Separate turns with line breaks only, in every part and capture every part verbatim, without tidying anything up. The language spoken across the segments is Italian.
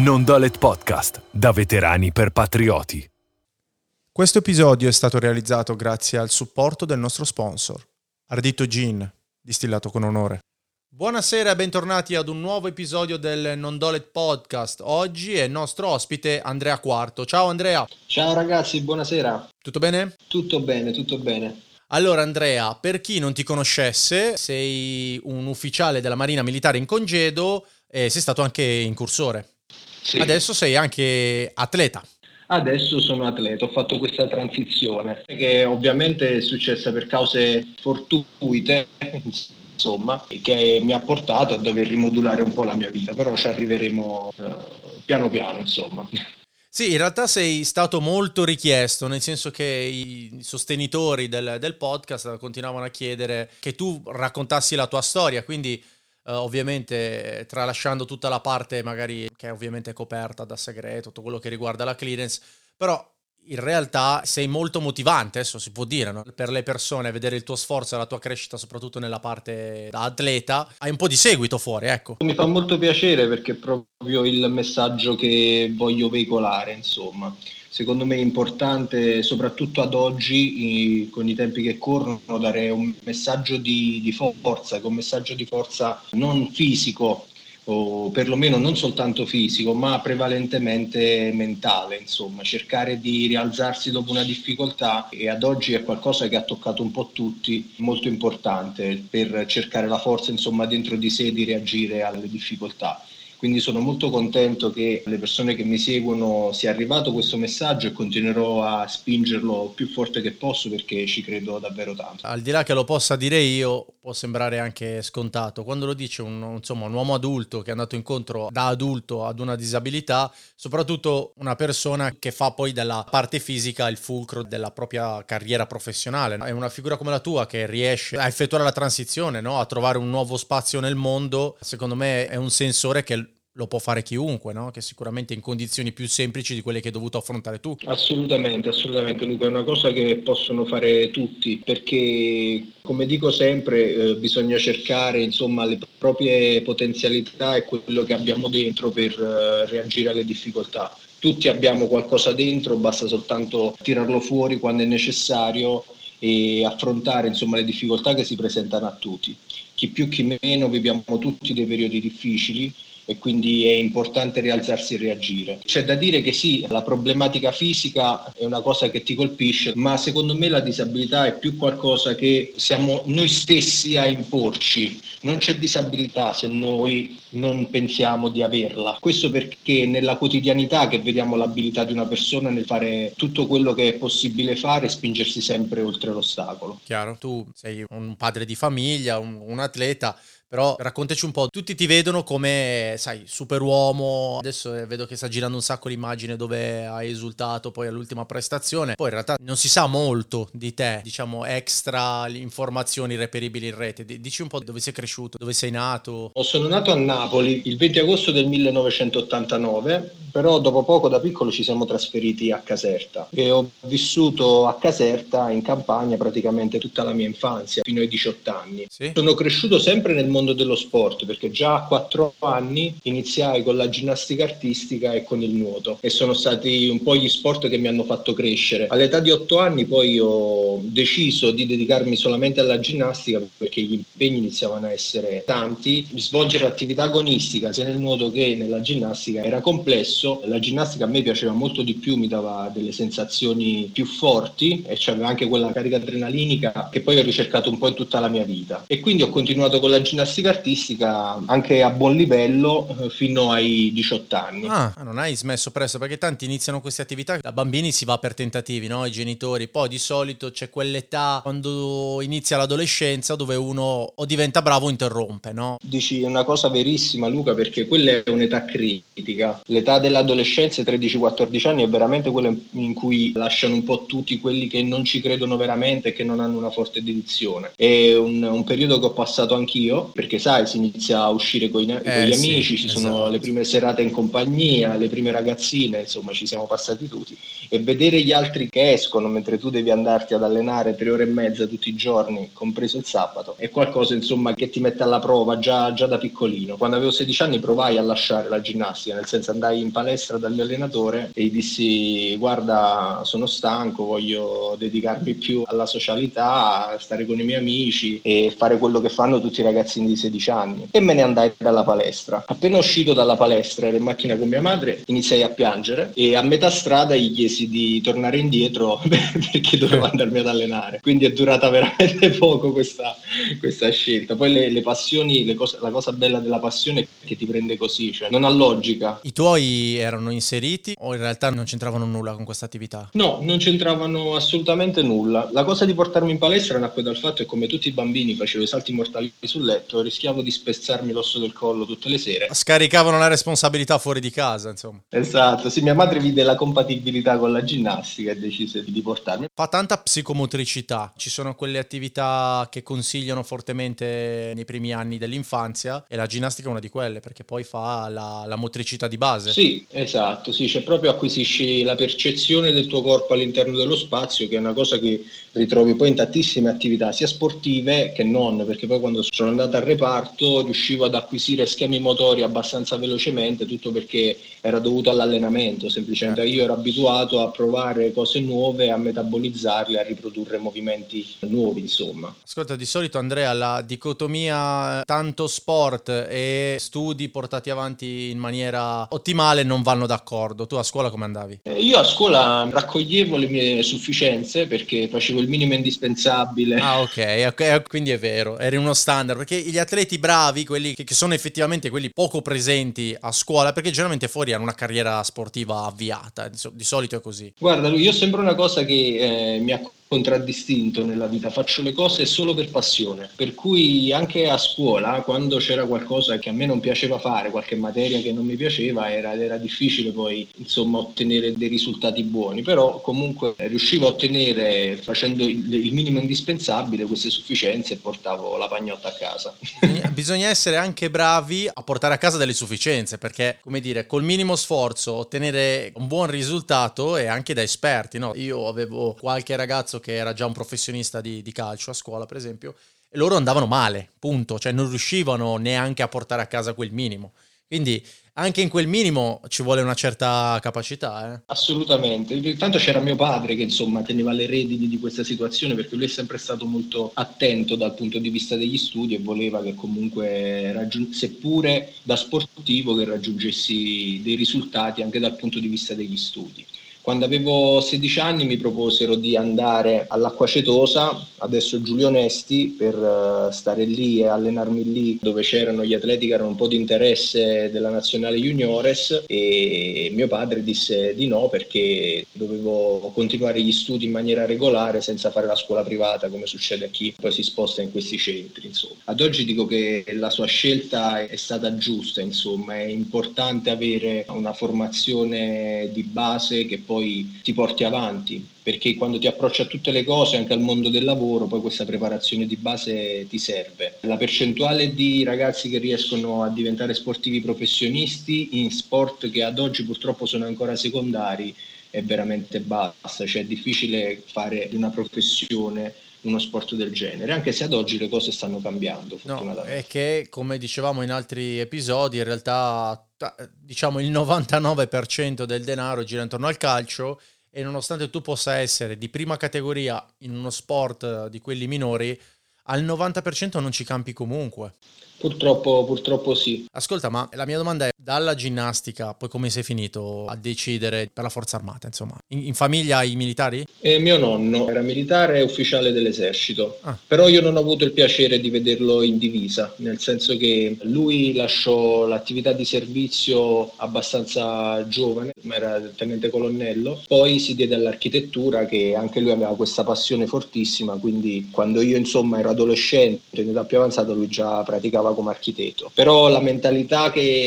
Nondolet Podcast, da veterani per patrioti.
Questo episodio è stato realizzato grazie al supporto del nostro sponsor, Ardito Gin, distillato con onore. Buonasera e bentornati ad un nuovo episodio del Nondolet Podcast. Oggi è il nostro ospite Andrea Quarto. Ciao Andrea.
Ciao ragazzi, buonasera.
Tutto bene?
Tutto bene, tutto bene.
Allora Andrea, per chi non ti conoscesse, sei un ufficiale della Marina Militare in congedo e sei stato anche incursore.
Sì.
Adesso sei anche atleta.
Adesso sono atleta, ho fatto questa transizione che ovviamente è successa per cause fortuite, insomma, che mi ha portato a dover rimodulare un po' la mia vita, però ci arriveremo uh, piano piano, insomma.
Sì, in realtà sei stato molto richiesto, nel senso che i sostenitori del, del podcast continuavano a chiedere che tu raccontassi la tua storia, quindi Uh, ovviamente tralasciando tutta la parte magari che è ovviamente coperta da segreto, tutto quello che riguarda la clearance, però in realtà sei molto motivante, adesso si può dire, no? Per le persone, vedere il tuo sforzo e la tua crescita, soprattutto nella parte da atleta, hai un po' di seguito fuori, ecco.
Mi fa molto piacere perché è proprio il messaggio che voglio veicolare, insomma. Secondo me è importante, soprattutto ad oggi, con i tempi che corrono, dare un messaggio di, di forza, un messaggio di forza non fisico, o perlomeno non soltanto fisico, ma prevalentemente mentale, insomma, cercare di rialzarsi dopo una difficoltà, e ad oggi è qualcosa che ha toccato un po' tutti, molto importante per cercare la forza, insomma, dentro di sé di reagire alle difficoltà. Quindi sono molto contento che le persone che mi seguono sia arrivato questo messaggio e continuerò a spingerlo più forte che posso perché ci credo davvero tanto.
Al di là che lo possa dire io, può sembrare anche scontato. Quando lo dice un, insomma, un uomo adulto che è andato incontro da adulto ad una disabilità, soprattutto una persona che fa poi della parte fisica il fulcro della propria carriera professionale. È una figura come la tua che riesce a effettuare la transizione, no? A trovare un nuovo spazio nel mondo. Secondo me è un sensore che lo può fare chiunque, no? Che sicuramente in condizioni più semplici di quelle che hai dovuto affrontare tu.
Assolutamente, assolutamente Luca, è una cosa che possono fare tutti, perché come dico sempre eh, bisogna cercare, insomma, le proprie potenzialità e quello che abbiamo dentro per eh, reagire alle difficoltà. Tutti abbiamo qualcosa dentro, basta soltanto tirarlo fuori quando è necessario e affrontare, insomma, le difficoltà che si presentano a tutti. Chi più chi meno viviamo tutti dei periodi difficili e quindi è importante rialzarsi e reagire. C'è da dire che sì, la problematica fisica è una cosa che ti colpisce, ma secondo me la disabilità è più qualcosa che siamo noi stessi a imporci. Non c'è disabilità se noi non pensiamo di averla. Questo perché nella quotidianità che vediamo l'abilità di una persona nel fare tutto quello che è possibile fare e spingersi sempre oltre l'ostacolo.
Chiaro, tu sei un padre di famiglia, un, un atleta, però raccontaci un po', tutti ti vedono come, sai, superuomo, adesso vedo che sta girando un sacco l'immagine dove hai esultato poi all'ultima prestazione, poi in realtà non si sa molto di te, diciamo extra le informazioni reperibili in rete. Dici un po' dove sei cresciuto, dove sei nato.
Sono nato a Napoli il venti agosto del millenovecentottantanove, però dopo poco da piccolo ci siamo trasferiti a Caserta e ho vissuto a Caserta in campagna praticamente tutta la mia infanzia fino ai diciotto anni.
Sì?
Sono cresciuto sempre nel mondo dello sport perché già a quattro anni iniziai con la ginnastica artistica e con il nuoto e sono stati un po' gli sport che mi hanno fatto crescere. All'età di otto anni poi ho deciso di dedicarmi solamente alla ginnastica perché gli impegni iniziavano a essere tanti. Svolgere attività agonistica sia nel nuoto che nella ginnastica era complesso. La ginnastica a me piaceva molto di più, mi dava delle sensazioni più forti e c'aveva anche quella carica adrenalinica che poi ho ricercato un po' in tutta la mia vita e quindi ho continuato con la ginnastica artistica anche a buon livello fino ai diciotto anni.
Ah, non hai smesso presto, perché tanti iniziano queste attività, da bambini si va per tentativi, no? I genitori, poi di solito c'è quell'età quando inizia l'adolescenza dove uno o diventa bravo o interrompe, no?
Dici una cosa verissima Luca, perché quella è un'età critica. L'età dell'adolescenza, tredici quattordici anni, è veramente quella in cui lasciano un po' tutti quelli che non ci credono veramente e che non hanno una forte dedizione. È un, un periodo che ho passato anch'io perché sai, si inizia a uscire con, i, eh, con gli sì, amici, ci esatto. sono le prime serate in compagnia, le prime ragazzine, insomma ci siamo passati tutti, e vedere gli altri che escono mentre tu devi andarti ad allenare tre ore e mezza tutti i giorni, compreso il sabato, è qualcosa insomma che ti mette alla prova già, già da piccolino. Quando avevo sedici anni provai a lasciare la ginnastica, nel senso andai in palestra dal mio allenatore e gli dissi: guarda, sono stanco, voglio dedicarmi più alla socialità, a stare con i miei amici e fare quello che fanno tutti i ragazzini di sedici anni, e me ne andai dalla palestra. Appena uscito dalla palestra, ero in macchina con mia madre, iniziai a piangere e a metà strada gli chiesi di tornare indietro perché dovevo andarmi ad allenare. Quindi è durata veramente poco questa, questa scelta. Poi le, le passioni, le cose, la cosa bella della passione è che ti prende così, cioè non ha logica.
I tuoi erano inseriti o in realtà non c'entravano nulla con questa attività?
No, non c'entravano assolutamente nulla. La cosa di portarmi in palestra nacque dal fatto che, come tutti i bambini, facevo i salti mortali sul letto, rischiavo di spezzarmi l'osso del collo tutte le sere.
Scaricavano la responsabilità fuori di casa, insomma.
Esatto, sì, mia madre vide la compatibilità con la ginnastica e decise di portarmi.
Fa tanta psicomotricità, ci sono quelle attività che consigliano fortemente nei primi anni dell'infanzia e la ginnastica è una di quelle, perché poi fa la, la motricità di base.
Sì, esatto, sì, cioè proprio acquisisci la percezione del tuo corpo all'interno dello spazio, che è una cosa che ritrovi poi in tantissime attività, sia sportive che non, perché poi quando sono andato al reparto riuscivo ad acquisire schemi motori abbastanza velocemente, tutto perché era dovuto all'allenamento, semplicemente io ero abituato a provare cose nuove, a metabolizzarle, a riprodurre movimenti nuovi, insomma.
Ascolta, di solito Andrea, la dicotomia tanto sport e studi portati avanti in maniera ottimale non vanno d'accordo. Tu a scuola come andavi?
Eh, io a scuola raccoglievo le mie sufficienze perché facevo il minimo indispensabile.
Ah, ok, ok, quindi è vero, eri uno standard, perché gli atleti bravi, quelli che sono effettivamente quelli poco presenti a scuola, perché generalmente fuori hanno una carriera sportiva avviata, di solito è così.
Guarda, lui, io sembra una cosa che eh, mi ha contraddistinto nella vita, faccio le cose solo per passione, per cui anche a scuola, quando c'era qualcosa che a me non piaceva fare, qualche materia che non mi piaceva, era, era difficile poi insomma ottenere dei risultati buoni, però comunque riuscivo a ottenere, facendo il, il minimo indispensabile, queste sufficienze e portavo la pagnotta a casa.
Bisogna, bisogna essere anche bravi a portare a casa delle sufficienze, perché come dire, col minimo sforzo ottenere un buon risultato è anche da esperti, no? Io avevo qualche ragazzo che era già un professionista di, di calcio a scuola, per esempio, e loro andavano male, punto, cioè non riuscivano neanche a portare a casa quel minimo. Quindi anche in quel minimo ci vuole una certa capacità. Eh?
Assolutamente. Intanto c'era mio padre che insomma teneva le redini di questa situazione, perché lui è sempre stato molto attento dal punto di vista degli studi e voleva che comunque, raggiung- seppure da sportivo, che raggiungessi dei risultati anche dal punto di vista degli studi. Quando avevo sedici anni mi proposero di andare all'Acqua Cetosa, adesso Giulio Onesti, per stare lì e allenarmi lì, dove c'erano gli atleti che erano un po' di interesse della nazionale juniores, e mio padre disse di no perché dovevo continuare gli studi in maniera regolare senza fare la scuola privata, come succede a chi poi si sposta in questi centri, insomma. Ad oggi dico che la sua scelta è stata giusta, insomma, è importante avere una formazione di base che poi ti porti avanti, perché quando ti approcci a tutte le cose, anche al mondo del lavoro, poi questa preparazione di base ti serve. La percentuale di ragazzi che riescono a diventare sportivi professionisti in sport che ad oggi purtroppo sono ancora secondari è veramente bassa, cioè è difficile fare di una professione uno sport del genere, anche se ad oggi le cose stanno cambiando.
No, è che, come dicevamo in altri episodi, in realtà diciamo il novantanove per cento del denaro gira intorno al calcio, e nonostante tu possa essere di prima categoria in uno sport di quelli minori, al novanta per cento non ci campi comunque.
Purtroppo, purtroppo sì.
Ascolta, ma la mia domanda è, dalla ginnastica, poi come sei finito a decidere per la forza armata, insomma? In, in famiglia hai i militari?
Eh, mio nonno era militare e ufficiale dell'esercito,
ah.
però io non ho avuto il piacere di vederlo in divisa, nel senso che lui lasciò l'attività di servizio abbastanza giovane, era tenente colonnello, poi si diede all'architettura, che anche lui aveva questa passione fortissima, quindi quando io insomma ero adolescente, in età più avanzata, lui già praticava come architetto. Però la mentalità che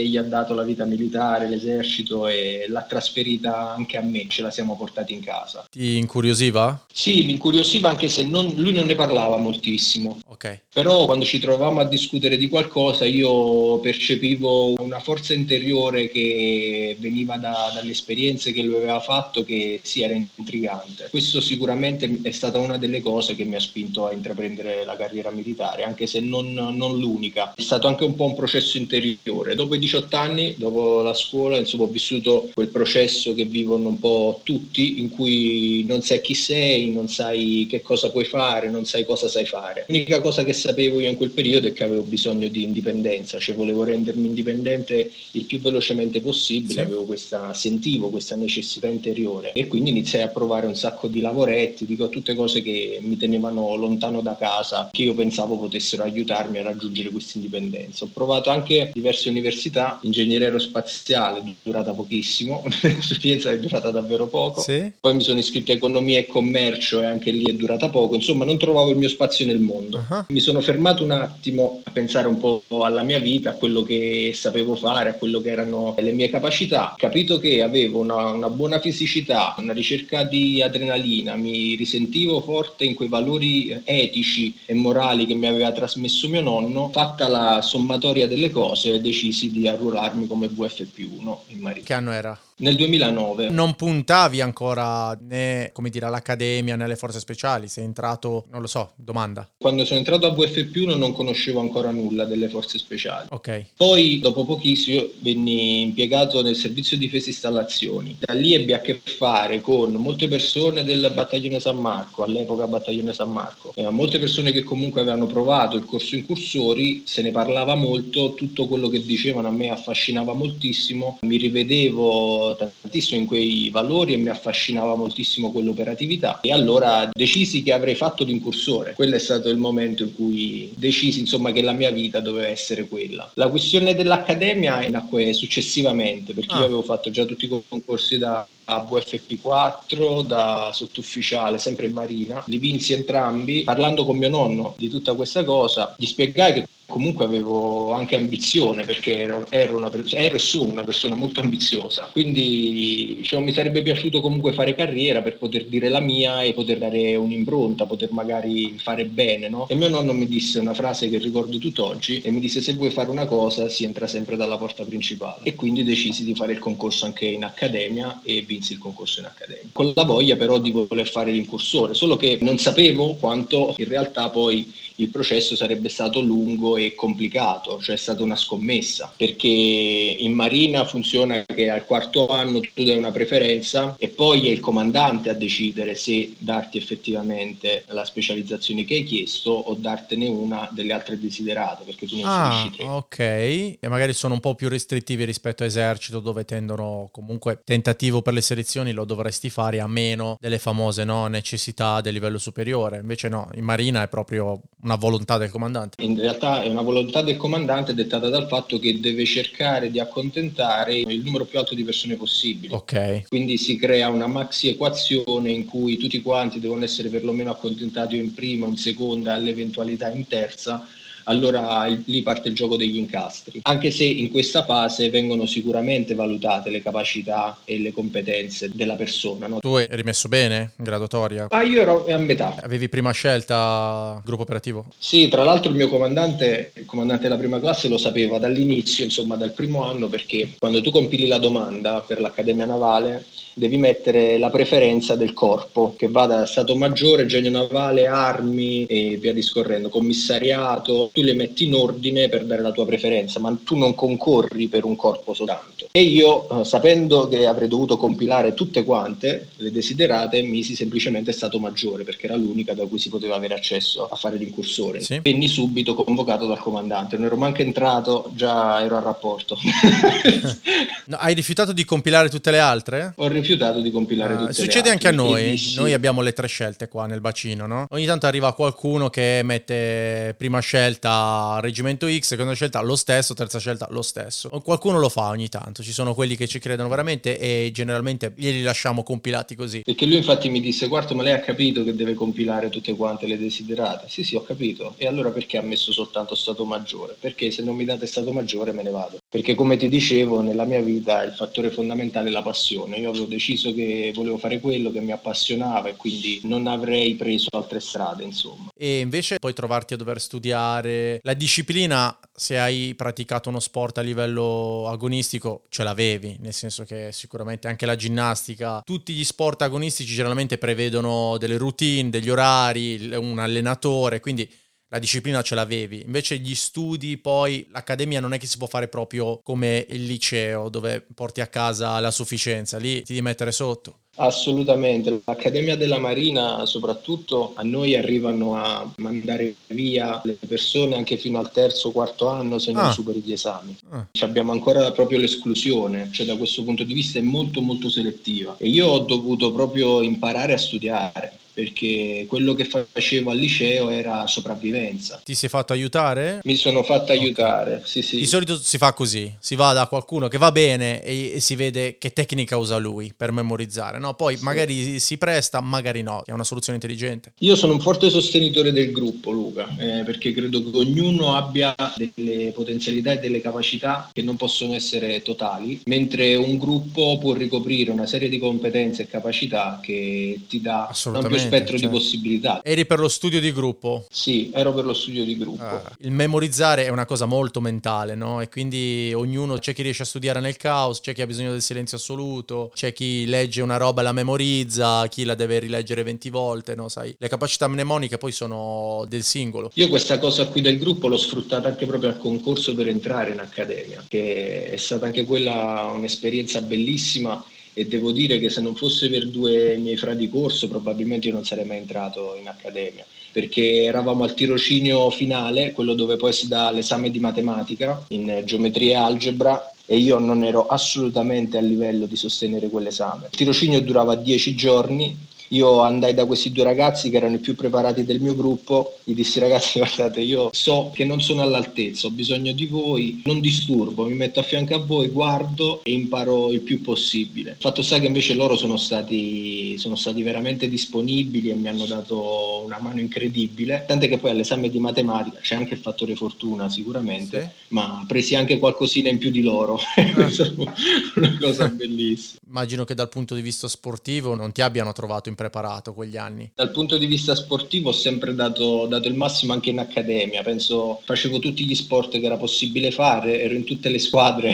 gli ha dato la vita militare, l'esercito, e l'ha trasferita anche a me, ce la siamo portati in casa.
Ti incuriosiva?
Sì, mi incuriosiva, anche se non, lui non ne parlava moltissimo.
Ok.
Però quando ci trovavamo a discutere di qualcosa io percepivo una forza interiore che veniva da, dalle esperienze che lui aveva fatto, che sì, era intrigante. Questo sicuramente è stata una delle cose che mi ha spinto a intraprendere la carriera militare, anche se non, non l'unica. È stato anche un po' un processo interiore. Dopo i diciotto anni, dopo la scuola, insomma, ho vissuto quel processo che vivono un po' tutti, in cui non sai chi sei, non sai che cosa puoi fare, non sai cosa sai fare. L'unica cosa che sapevo io in quel periodo è che avevo bisogno di indipendenza, cioè volevo rendermi indipendente il più velocemente possibile, sì. Avevo questa, sentivo questa necessità interiore e quindi iniziai a provare un sacco di lavoretti, dico, tutte cose che mi tenevano lontano da casa, che io pensavo potessero aiutarmi a raggiungere questa indipendenza. Ho provato anche diverse università, ingegneria aerospaziale, durata pochissimo, l'esperienza è durata davvero poco, sì. Poi mi sono iscritto a economia e commercio e anche lì è durata poco, insomma non trovavo il mio spazio nel mondo. Uh-huh. Mi sono fermato un attimo a pensare un po' alla mia vita, a quello che sapevo fare, a quello che erano le mie capacità. Ho capito che avevo una, una buona fisicità, una ricerca di adrenalina, mi risentivo forte in quei valori etici e morali che mi aveva trasmesso mio nonno. Fatta la sommatoria delle cose, decisi di arruolarmi come V F P uno in Marina.
Che anno era?
Nel duemilanove.
Non puntavi ancora né, come dire, all'accademia né alle forze speciali, sei entrato, non lo so, domanda.
Quando sono entrato a V F P uno non conoscevo ancora nulla delle forze speciali.
Ok.
Poi dopo pochissimo venni impiegato nel servizio difesa installazioni. Da lì ebbi a che fare con molte persone del battaglione San Marco, all'epoca battaglione San Marco. Eh, molte persone che comunque avevano provato il corso incursori, se ne parlava molto, tutto quello che dicevano a me affascinava moltissimo, mi rivedevo tantissimo in quei valori e mi affascinava moltissimo quell'operatività, e allora decisi che avrei fatto l'incursore. Quello è stato il momento in cui decisi, insomma, che la mia vita doveva essere quella. La questione dell'accademia nacque successivamente, perché ah. io avevo fatto già tutti i concorsi da a V F P quattro, da sottufficiale, sempre in Marina, li vinsi entrambi. Parlando con mio nonno di tutta questa cosa, gli spiegai che comunque avevo anche ambizione, perché ero, ero, una, ero e sono una persona molto ambiziosa, quindi diciamo, mi sarebbe piaciuto comunque fare carriera per poter dire la mia e poter dare un'impronta, poter magari fare bene, no? E mio nonno mi disse una frase che ricordo tutt'oggi, e mi disse: se vuoi fare una cosa si entra sempre dalla porta principale. E quindi decisi di fare il concorso anche in accademia e vinsi il concorso in accademia, con la voglia però di voler fare l'incursore, solo che non sapevo quanto in realtà poi il processo sarebbe stato lungo e complicato, cioè è stata una scommessa, perché in Marina funziona che al quarto anno tu dai una preferenza e poi è il comandante a decidere se darti effettivamente la specializzazione che hai chiesto o dartene una delle altre desiderate, perché tu ne
ah,
tre.
Ok, e magari sono un po' più restrittivi rispetto a esercito, dove tendono comunque tentativo per le selezioni lo dovresti fare a meno delle famose, no, necessità del livello superiore. Invece no, in Marina è proprio una volontà del comandante.
In realtà è una volontà del comandante dettata dal fatto che deve cercare di accontentare il numero più alto di persone possibile.
Ok.
Quindi si crea una maxi equazione in cui tutti quanti devono essere perlomeno accontentati in prima, in seconda, all'eventualità in terza. Allora lì parte il gioco degli incastri, anche se in questa fase vengono sicuramente valutate le capacità e le competenze della persona, no?
Tu eri messo bene in graduatoria?
Ah, io ero a metà.
Avevi prima scelta gruppo operativo?
Sì, tra l'altro il mio comandante, il comandante della prima classe lo sapeva dall'inizio, insomma dal primo anno, perché quando tu compili la domanda per l'Accademia Navale devi mettere la preferenza del corpo, che va da Stato Maggiore, Genio Navale, Armi e via discorrendo, commissariato. Tu le metti in ordine per dare la tua preferenza, ma tu non concorri per un corpo soltanto. E io, sapendo che avrei dovuto compilare tutte quante le desiderate, misi semplicemente Stato Maggiore, perché era l'unica da cui si poteva avere accesso a fare l'incursore. Sì. Venni subito convocato dal comandante, non ero manco entrato, già ero a rapporto.
No, hai rifiutato di compilare tutte le altre?
Ho rifiutato di compilare
uh,
tutte
succede
le
anche a noi,
dissi...
noi abbiamo le tre scelte qua nel bacino, no? Ogni tanto arriva qualcuno che mette prima scelta scelta reggimento X, seconda scelta lo stesso, terza scelta lo stesso. Qualcuno lo fa ogni tanto, ci sono quelli che ci credono veramente e generalmente glieli lasciamo compilati così.
Perché lui infatti mi disse: guarda, ma lei ha capito che deve compilare tutte quante le desiderate? Sì sì, ho capito. E allora perché ha messo soltanto stato maggiore? Perché se non mi date stato maggiore me ne vado. Perché come ti dicevo, nella mia vita il fattore fondamentale è la passione. Io avevo deciso che volevo fare quello che mi appassionava e quindi non avrei preso altre strade, insomma.
E invece poi trovarti a dover studiare la disciplina, se hai praticato uno sport a livello agonistico ce l'avevi, nel senso che sicuramente anche la ginnastica, tutti gli sport agonistici generalmente prevedono delle routine, degli orari, un allenatore, quindi la disciplina ce l'avevi. Invece gli studi, poi l'accademia non è che si può fare proprio come il liceo dove porti a casa la sufficienza, lì ti devi mettere sotto.
Assolutamente, l'Accademia della Marina soprattutto a noi arrivano a mandare via le persone anche fino al terzo o quarto anno se non
Ah.
superi gli esami.
Ah.
Ci abbiamo ancora proprio l'esclusione, cioè da questo punto di vista è molto molto selettiva e io ho dovuto proprio imparare a studiare perché quello che facevo al liceo era sopravvivenza.
Ti sei fatto aiutare?
Mi sono fatto aiutare, sì sì.
Di solito si fa così, si va da qualcuno che va bene e, e si vede che tecnica usa lui per memorizzare, no? Poi
Sì.
magari si presta, magari no, che è una soluzione intelligente.
Io sono un forte sostenitore del gruppo, Luca, eh, perché credo che ognuno abbia delle potenzialità e delle capacità che non possono essere totali, mentre un gruppo può ricoprire una serie di competenze e capacità che ti dà un ampio
Assolutamente,
spettro
certo.
di possibilità.
Eri per lo studio di gruppo?
Sì, ero per lo studio di gruppo.
Ah, il memorizzare è una cosa molto mentale, no? E quindi ognuno, c'è chi riesce a studiare nel caos, c'è chi ha bisogno del silenzio assoluto, c'è chi legge una roba e la memorizza, chi la deve rileggere venti volte, no? Sai, le capacità mnemoniche poi sono del singolo.
Io questa cosa qui del gruppo l'ho sfruttata anche proprio al concorso per entrare in accademia, che è stata anche quella un'esperienza bellissima e devo dire che se non fosse per due miei frati corso probabilmente io non sarei mai entrato in accademia, perché eravamo al tirocinio finale, quello dove poi si dà l'esame di matematica in geometria e algebra, e io non ero assolutamente a livello di sostenere quell'esame. Il tirocinio durava dieci giorni. Io andai da questi due ragazzi che erano i più preparati del mio gruppo, gli dissi: ragazzi, guardate, io so che non sono all'altezza, ho bisogno di voi, non disturbo, mi metto a fianco a voi, guardo e imparo il più possibile. Fatto sta che invece loro sono stati, sono stati veramente disponibili e mi hanno dato una mano incredibile, tant'è che poi all'esame di matematica c'è anche il fattore fortuna sicuramente,
Sì.
ma presi anche qualcosina in più di loro. Questa è una cosa bellissima.
Immagino che dal punto di vista sportivo non ti abbiano trovato impreparato quegli anni.
Dal punto di vista sportivo ho sempre dato, dato il massimo anche in accademia, penso facevo tutti gli sport che era possibile fare, ero in tutte le squadre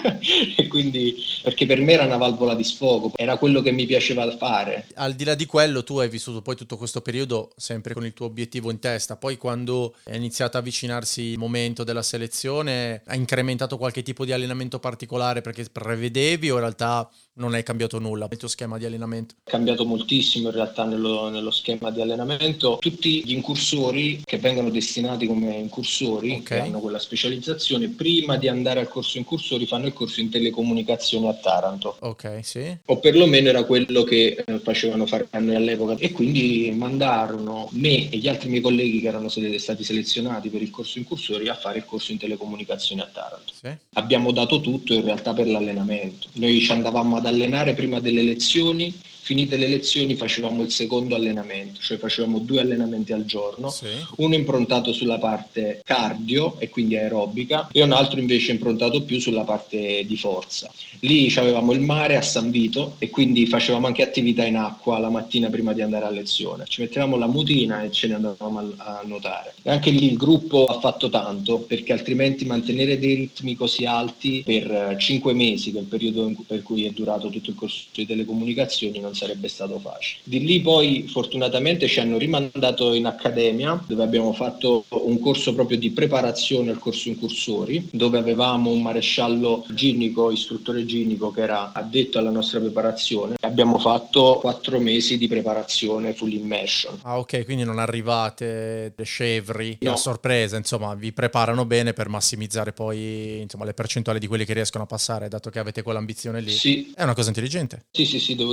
e quindi perché per me era una valvola di sfogo, era quello che mi piaceva fare.
Al di là di quello, tu hai vissuto poi tutto questo periodo sempre con il tuo obiettivo in testa, poi quando è iniziato a avvicinarsi il momento della selezione, hai incrementato qualche tipo di allenamento particolare perché prevedevi o in realtà non hai cambiato nulla il tuo schema di allenamento?
È cambiato moltissimo in realtà nello, nello schema di allenamento. Tutti gli incursori che vengono destinati come incursori,
Ok.
che hanno quella specializzazione, prima di andare al corso incursori fanno il corso in telecomunicazioni a Taranto.
Ok, sì.
O perlomeno era quello che eh, facevano fare a noi all'epoca, e quindi mandarono me e gli altri miei colleghi che erano sele- stati selezionati per il corso incursori a fare il corso in telecomunicazioni a Taranto.
Sì.
Abbiamo dato tutto in realtà per l'allenamento. Noi ci andavamo ad allenare prima delle lezioni, finite le lezioni facevamo il secondo allenamento, cioè facevamo due allenamenti al giorno,
Sì.
uno improntato sulla parte cardio e quindi aerobica e un altro invece improntato più sulla parte di forza. Lì avevamo il mare a San Vito e quindi facevamo anche attività in acqua la mattina prima di andare a lezione. Ci mettevamo la mutina e ce ne andavamo a, a nuotare. E anche lì il gruppo ha fatto tanto, perché altrimenti mantenere dei ritmi così alti per cinque mesi, che è il periodo in cui, per cui è durato tutto il corso di telecomunicazioni, non sarebbe stato facile. Di lì poi fortunatamente ci hanno rimandato in accademia, dove abbiamo fatto un corso proprio di preparazione al corso incursori, dove avevamo un maresciallo ginnico, istruttore ginnico, che era addetto alla nostra preparazione. Abbiamo fatto quattro mesi di preparazione full immersion.
Ah, ok, quindi non arrivate scevri
No.
a sorpresa, insomma, vi preparano bene per massimizzare poi, insomma, le percentuali di quelli che riescono a passare, dato che avete quell'ambizione lì.
Sì,
È una cosa intelligente.
sì, sì, sì, devo dire che gli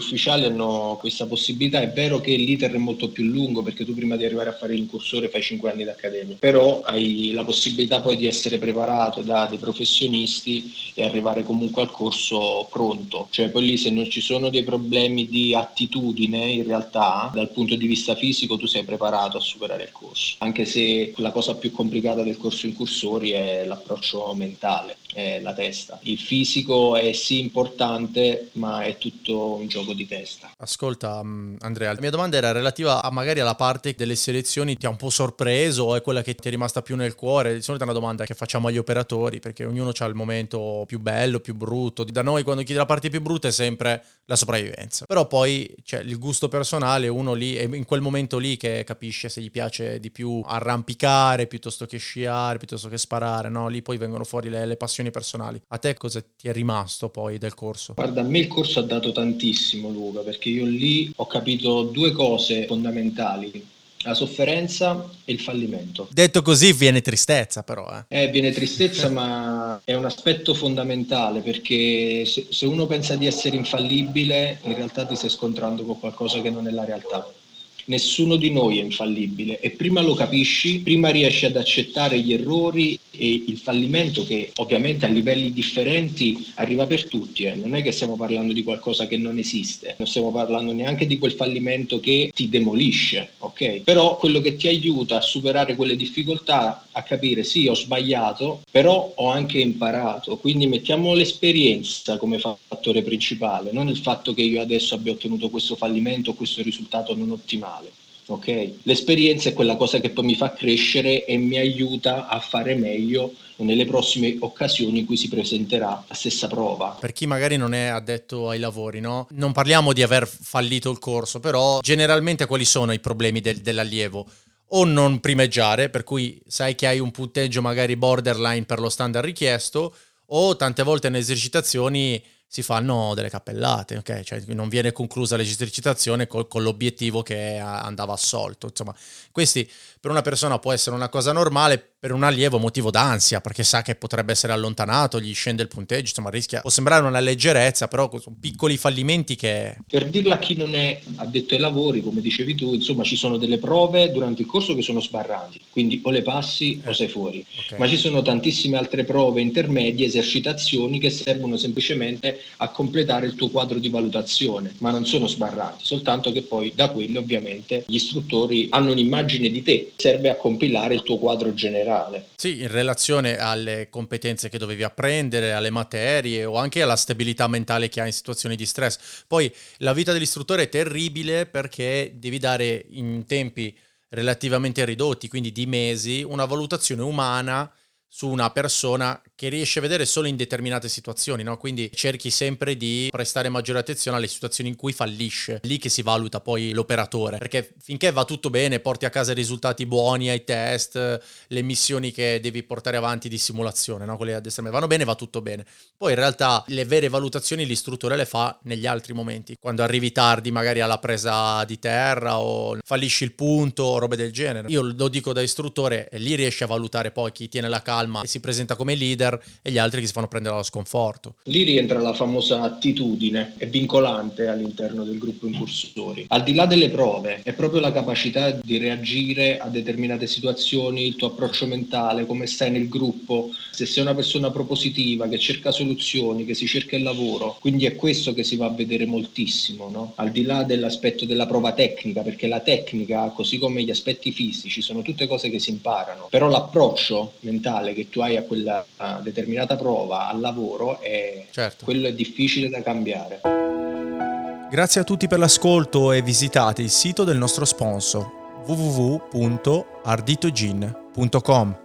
ufficiali hanno questa possibilità. È vero che l'iter è molto più lungo, perché tu prima di arrivare a fare l'incursore fai cinque anni d'accademia, però hai la possibilità poi di essere preparato da dei professionisti e arrivare comunque al corso pronto. Cioè poi lì, se non ci sono dei problemi di attitudine, in realtà dal punto di vista fisico tu sei preparato a superare il corso, anche se la cosa più complicata del corso incursori è l'approccio mentale, è la testa. Il fisico è sì importante, ma è tutto un gioco di testa.
Ascolta Andrea, la mia domanda era relativa a magari alla parte delle selezioni. Ti ha un po' sorpreso o è quella che ti è rimasta più nel cuore? Di solito è una domanda che facciamo agli operatori, perché ognuno ha il momento più bello, più brutto. Da noi, quando chiede la parte più brutta, è sempre la sopravvivenza, però poi c'è il gusto personale, uno lì è in quel momento lì che capisce se gli piace di più arrampicare piuttosto che sciare, piuttosto che sparare, no? Lì poi vengono fuori le, le passioni personali. A te cosa ti è rimasto poi del corso?
Guarda, a me il corso ha dato tantissimo, Luca, perché io lì ho capito due cose fondamentali: la sofferenza e il fallimento.
Detto così viene tristezza, però. Eh,
eh viene tristezza, ma è un aspetto fondamentale, perché se, se uno pensa di essere infallibile, in realtà ti stai scontrando con qualcosa che non è la realtà. Nessuno di noi è infallibile, e prima lo capisci, prima riesci ad accettare gli errori e il fallimento, che ovviamente a livelli differenti arriva per tutti, eh. Non è che stiamo parlando di qualcosa che non esiste, non stiamo parlando neanche di quel fallimento che ti demolisce, ok? Però quello che ti aiuta a superare quelle difficoltà, a capire sì, ho sbagliato, però ho anche imparato. Quindi mettiamo l'esperienza come fattore principale, non il fatto che io adesso abbia ottenuto questo fallimento o questo risultato non ottimale. Ok, l'esperienza è quella cosa che poi mi fa crescere e mi aiuta a fare meglio nelle prossime occasioni in cui si presenterà la stessa prova.
Per chi magari non è addetto ai lavori, no? Non parliamo di aver fallito il corso, però generalmente quali sono i problemi del, dell'allievo? O non primeggiare, per cui sai che hai un punteggio magari borderline per lo standard richiesto, o tante volte nelle esercitazioni si fanno delle cappellate, ok? Cioè non viene conclusa l'esercitazione col, con l'obiettivo che andava assolto. Insomma, questi per una persona può essere una cosa normale, per un allievo motivo d'ansia, perché sa che potrebbe essere allontanato, gli scende il punteggio, insomma rischia, può sembrare una leggerezza, però sono piccoli fallimenti che...
Per dirla a chi non è addetto ai lavori, come dicevi tu, insomma ci sono delle prove durante il corso che sono sbarranti, quindi o le passi eh. o sei fuori, okay. Ma ci sono tantissime altre prove intermedie, esercitazioni che servono semplicemente a completare il tuo quadro di valutazione, ma non sono sbarranti, soltanto che poi da quelli ovviamente gli istruttori hanno un'immagine di te, serve a compilare il tuo quadro generale.
Sì, in relazione alle competenze che dovevi apprendere, alle materie o anche alla stabilità mentale che hai in situazioni di stress. Poi la vita dell'istruttore è terribile perché devi dare in tempi relativamente ridotti, quindi di mesi, una valutazione umana su una persona che riesce a vedere solo in determinate situazioni, no? Quindi cerchi sempre di prestare maggiore attenzione alle situazioni in cui fallisce, è lì che si valuta poi l'operatore, perché finché va tutto bene, porti a casa i risultati buoni ai test, le missioni che devi portare avanti di simulazione, no? Quelle ad addestramento vanno bene, va tutto bene. Poi in realtà le vere valutazioni l'istruttore le fa negli altri momenti, quando arrivi tardi magari alla presa di terra o fallisci il punto o robe del genere. Io lo dico da istruttore, e lì riesci a valutare poi chi tiene la calma e si presenta come leader e gli altri che si fanno prendere allo sconforto.
Lì rientra la famosa attitudine, è vincolante all'interno del gruppo incursori. Al di là delle prove, è proprio la capacità di reagire a determinate situazioni, il tuo approccio mentale, come stai nel gruppo, se sei una persona propositiva, che cerca soluzioni, che si cerca il lavoro. Quindi è questo che si va a vedere moltissimo, no? Al di là dell'aspetto della prova tecnica, perché la tecnica, così come gli aspetti fisici, sono tutte cose che si imparano, però l'approccio mentale che tu hai a quella a determinata prova, al lavoro, è certo. Quello è difficile da cambiare.
Grazie a tutti per l'ascolto e visitate il sito del nostro sponsor w w w punto arditogin punto com.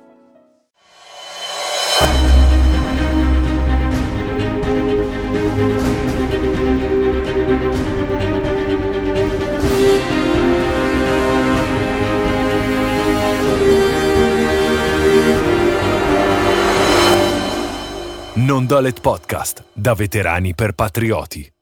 Non Dolet Podcast, da veterani per patrioti.